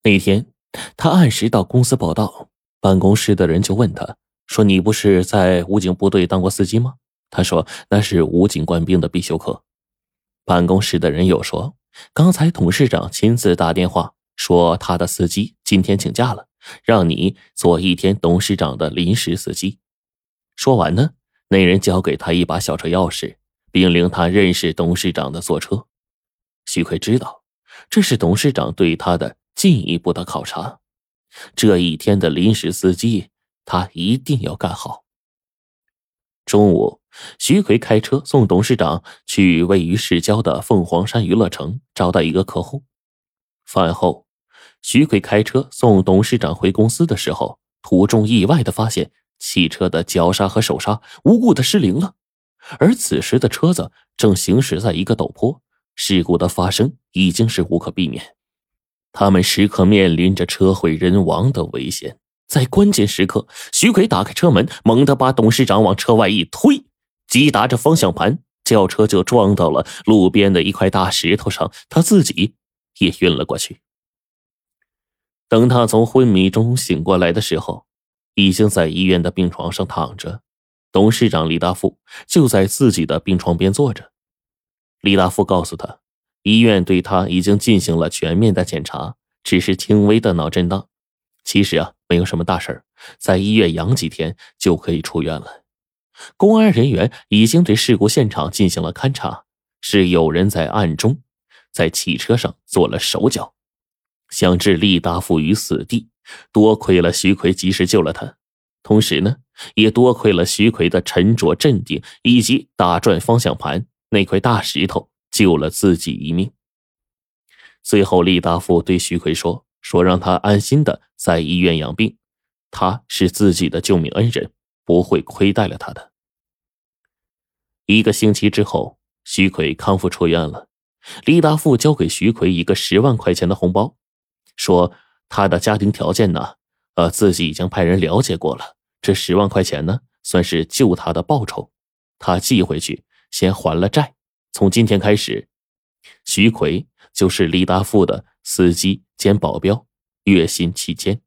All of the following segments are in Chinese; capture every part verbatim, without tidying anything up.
那天他按时到公司报到，办公室的人就问他说，你不是在武警部队当过司机吗？他说那是武警官兵的必修课。办公室的人又说，刚才董事长亲自打电话说他的司机今天请假了，让你做一天董事长的临时司机。说完呢，那人交给他一把小车钥匙，并令他认识董事长的坐车。徐奎知道这是董事长对他的进一步的考察，这一天的临时司机他一定要干好。中午，徐奎开车送董事长去位于市郊的凤凰山娱乐城招待一个客户。饭后，徐奎开车送董事长回公司的时候，途中意外地发现汽车的脚刹和手刹无故的失灵了，而此时的车子正行驶在一个陡坡，事故的发生已经是无可避免。他们时刻面临着车毁人亡的危险。在关键时刻，徐奎打开车门，猛地把董事长往车外一推，击打着方向盘，轿车就撞到了路边的一块大石头上，他自己也晕了过去。等他从昏迷中醒过来的时候，已经在医院的病床上躺着，董事长李大富就在自己的病床边坐着。李大富告诉他，医院对他已经进行了全面的检查，只是轻微的脑震荡，其实啊没有什么大事儿，在医院养几天就可以出院了。公安人员已经对事故现场进行了勘查，是有人在暗中在汽车上做了手脚，想置李大富于死地。多亏了徐奎及时救了他，同时呢，也多亏了徐奎的沉着镇定以及打转方向盘，那块大石头救了自己一命。最后李大富对徐奎说说让他安心的在医院养病，他是自己的救命恩人，不会亏待了他的。一个星期之后，徐奎康复出院了。李大富交给徐奎一个十万块钱的红包，说他的家庭条件呢，呃，自己已经派人了解过了，这十万块钱呢，算是救他的报酬，他寄回去，先还了债。从今天开始，徐奎就是李大富的司机兼保镖，月薪七千。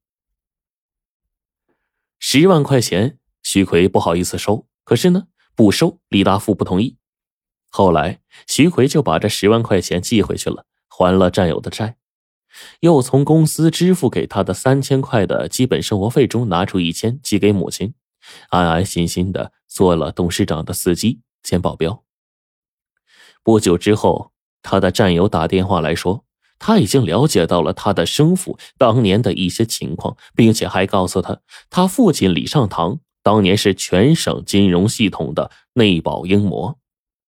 十万块钱，徐奎不好意思收，可是呢，不收，李大富不同意。后来，徐奎就把这十万块钱寄回去了，还了战友的债，又从公司支付给他的三千块的基本生活费中拿出一千寄给母亲，安安心心的做了董事长的司机兼保镖。不久之后，他的战友打电话来说，他已经了解到了他的生父当年的一些情况，并且还告诉他，他父亲李尚堂当年是全省金融系统的内保英模。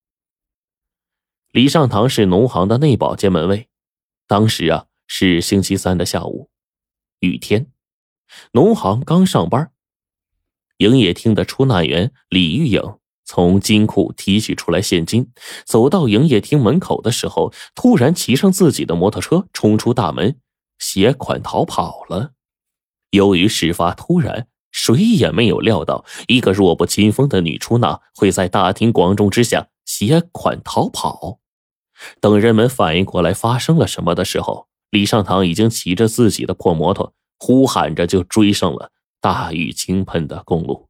李尚堂是农行的内保兼门卫，当时啊是星期三的下午，雨天，农行刚上班，营业厅的出纳员李玉颖从金库提取出来现金，走到营业厅门口的时候，突然骑上自己的摩托车冲出大门，携款逃跑了。由于事发突然，谁也没有料到一个弱不禁风的女出纳会在大庭广众之下携款逃跑。等人们反应过来发生了什么的时候，李尚堂已经骑着自己的破摩托，呼喊着就追上了大雨倾盆的公路。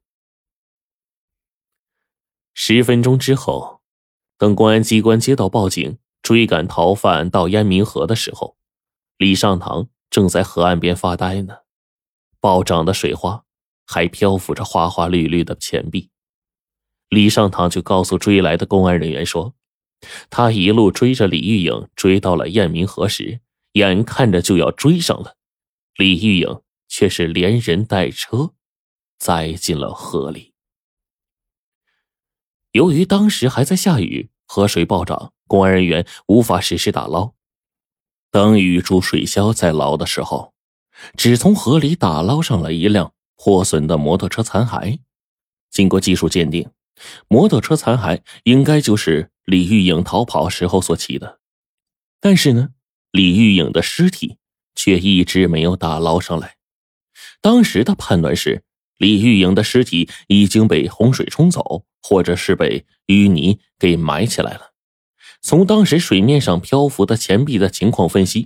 十分钟之后，等公安机关接到报警，追赶逃犯到雁鸣河的时候，李尚堂正在河岸边发呆呢。暴涨的水花还漂浮着花花绿绿的钱币。李尚堂就告诉追来的公安人员说，他一路追着李玉颖追到了雁鸣河时，眼看着就要追上了，李玉颖却是连人带车栽进了河里。由于当时还在下雨，河水暴涨，公安人员无法实施打捞。等雨住水消再捞的时候，只从河里打捞上了一辆破损的摩托车残骸。经过技术鉴定，摩托车残骸应该就是李玉颖逃跑时候所骑的。但是呢，李玉颖的尸体却一直没有打捞上来。当时的判断是，李玉颖的尸体已经被洪水冲走，或者是被淤泥给埋起来了。从当时水面上漂浮的钱币的情况分析，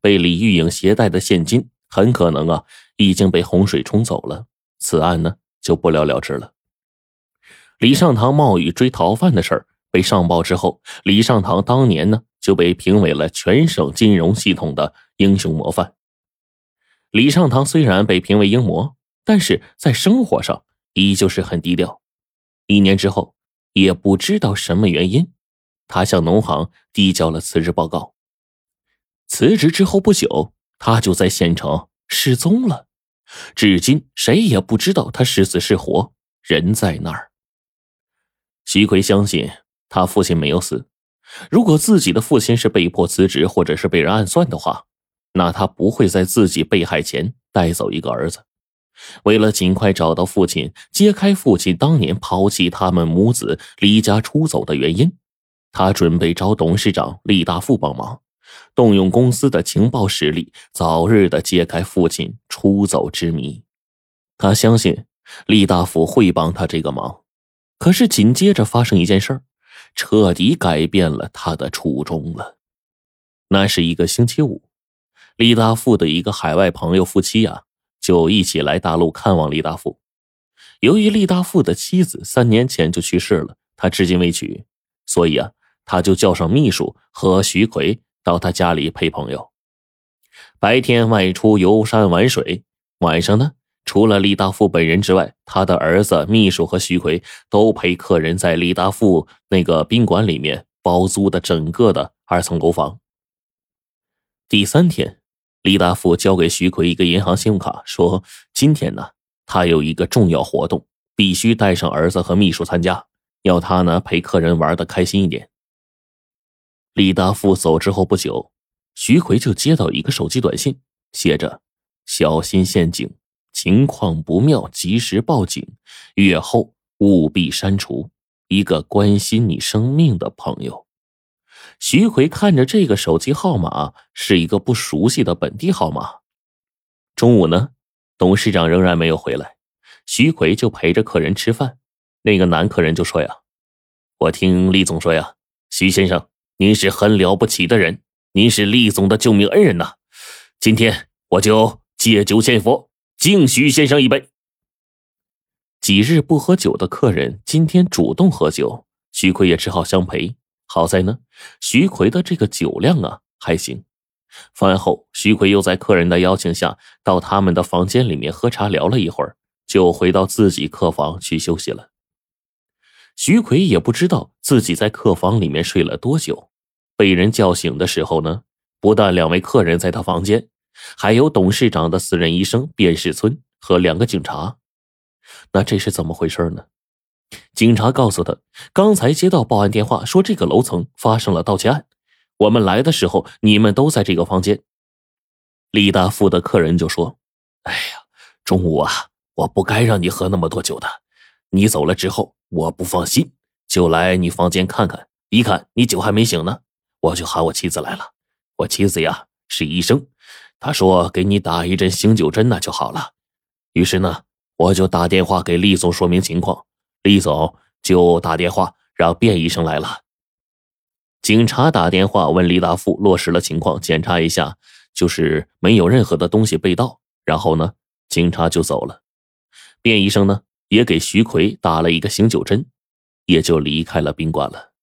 被李玉颖携带的现金很可能啊已经被洪水冲走了，此案呢就不了了之了。李尚堂冒雨追逃犯的事儿被上报之后，李尚堂当年呢就被评为了全省金融系统的英雄模范。李尚堂虽然被评为英模，但是在生活上依旧是很低调。一年之后，也不知道什么原因，他向农行递交了辞职报告。辞职之后不久，他就在县城失踪了，至今谁也不知道他是死是活，人在那儿。徐奎相信他父亲没有死，如果自己的父亲是被迫辞职或者是被人暗算的话，那他不会在自己被害前带走一个儿子。为了尽快找到父亲，揭开父亲当年抛弃他们母子离家出走的原因，他准备找董事长厉大富帮忙，动用公司的情报实力，早日的揭开父亲出走之谜。他相信厉大富会帮他这个忙。可是紧接着发生一件事儿，彻底改变了他的初衷了。那是一个星期五，厉大富的一个海外朋友夫妻啊，就一起来大陆看望厉大富。由于厉大富的妻子三年前就去世了，他至今未娶，所以啊，他就叫上秘书和徐奎到他家里陪朋友。白天外出游山玩水，晚上呢，除了厉大富本人之外，他的儿子、秘书和徐奎都陪客人在厉大富那个宾馆里面包租的整个的二层楼房。第三天，厉大富交给徐奎一个银行信用卡，说今天呢，他有一个重要活动，必须带上儿子和秘书参加，要他呢陪客人玩得开心一点。厉大富走之后不久，徐奎就接到一个手机短信，写着小心陷阱，情况不妙及时报警，月后务必删除，一个关心你生命的朋友。徐奎看着这个手机号码是一个不熟悉的本地号码。中午呢，董事长仍然没有回来，徐奎就陪着客人吃饭。那个男客人就说呀，我听厉总说呀，徐先生您是很了不起的人，您是厉总的救命恩人呐，今天我就借酒献佛，敬徐先生一杯。几日不喝酒的客人今天主动喝酒，徐奎也只好相陪。好在呢，徐奎的这个酒量啊还行。饭后，徐奎又在客人的邀请下到他们的房间里面喝茶聊了一会儿，就回到自己客房去休息了。徐奎也不知道自己在客房里面睡了多久，被人叫醒的时候呢，不但两位客人在他房间，还有董事长的私人医生卞世村和两个警察。那这是怎么回事呢？警察告诉他，刚才接到报案电话，说这个楼层发生了盗窃案，我们来的时候你们都在这个房间。厉大富的客人就说，哎呀，中午啊，我不该让你喝那么多酒的，你走了之后我不放心，就来你房间看看，一看你酒还没醒呢，我就喊我妻子来了。我妻子呀是医生，她说给你打一针醒酒针那就好了。于是呢，我就打电话给厉总说明情况，厉总就打电话让卞医生来了。警察打电话问厉大富落实了情况，检查一下就是没有任何的东西被盗，然后呢警察就走了。卞医生呢也给徐奎打了一个醒酒针，也就离开了宾馆了。